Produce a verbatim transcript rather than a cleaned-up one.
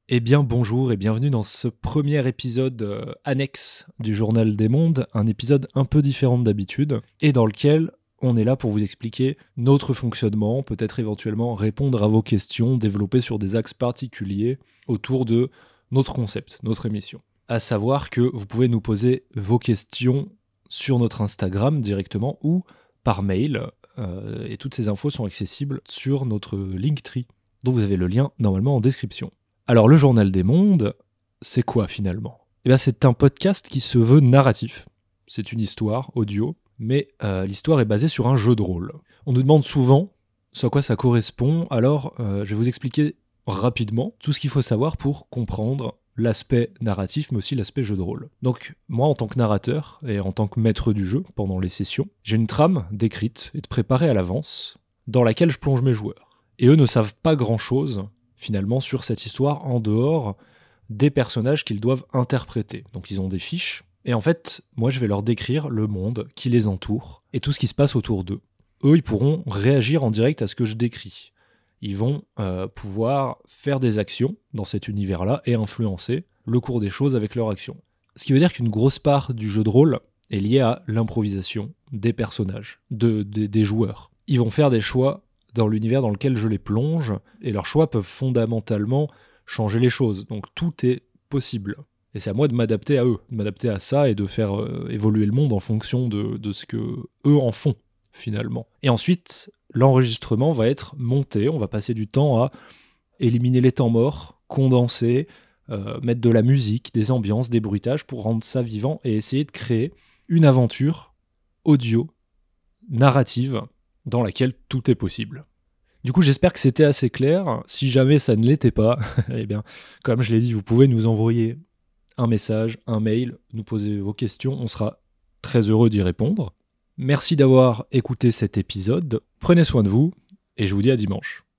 Eh bien bonjour et bienvenue dans ce premier épisode euh, annexe du Journal des Mondes, un épisode un peu différent d'habitude et dans lequel on est là pour vous expliquer notre fonctionnement, peut-être éventuellement répondre à vos questions, développer sur des axes particuliers autour de notre concept, notre émission. À savoir que vous pouvez nous poser vos questions sur notre Instagram directement ou par mail euh, et toutes ces infos sont accessibles sur notre Linktree dont vous avez le lien normalement en description. Alors le Journal des Mondes, c'est quoi finalement ? Eh bien c'est un podcast qui se veut narratif. C'est une histoire audio, mais euh, l'histoire est basée sur un jeu de rôle. On nous demande souvent ce à quoi ça correspond, alors euh, je vais vous expliquer rapidement tout ce qu'il faut savoir pour comprendre l'aspect narratif, mais aussi l'aspect jeu de rôle. Donc moi en tant que narrateur et en tant que maître du jeu pendant les sessions, j'ai une trame décrite et préparée à l'avance dans laquelle je plonge mes joueurs. Et eux ne savent pas grand-chose finalement sur cette histoire en dehors des personnages qu'ils doivent interpréter. Donc ils ont des fiches, et en fait, moi je vais leur décrire le monde qui les entoure, et tout ce qui se passe autour d'eux. Eux, ils pourront réagir en direct à ce que je décris. Ils vont euh, pouvoir faire des actions dans cet univers-là, et influencer le cours des choses avec leurs actions. Ce qui veut dire qu'une grosse part du jeu de rôle est liée à l'improvisation des personnages, de, de, des joueurs. Ils vont faire des choix dans l'univers dans lequel je les plonge, et leurs choix peuvent fondamentalement changer les choses. Donc tout est possible. Et c'est à moi de m'adapter à eux, de m'adapter à ça et de faire euh, évoluer le monde en fonction de, de ce que eux en font, finalement. Et ensuite, l'enregistrement va être monté, on va passer du temps à éliminer les temps morts, condenser, euh, mettre de la musique, des ambiances, des bruitages pour rendre ça vivant et essayer de créer une aventure audio, narrative, dans laquelle tout est possible. Du coup, j'espère que c'était assez clair. Si jamais ça ne l'était pas, eh bien, comme je l'ai dit, vous pouvez nous envoyer un message, un mail, nous poser vos questions. On sera très heureux d'y répondre. Merci d'avoir écouté cet épisode. Prenez soin de vous et je vous dis à dimanche.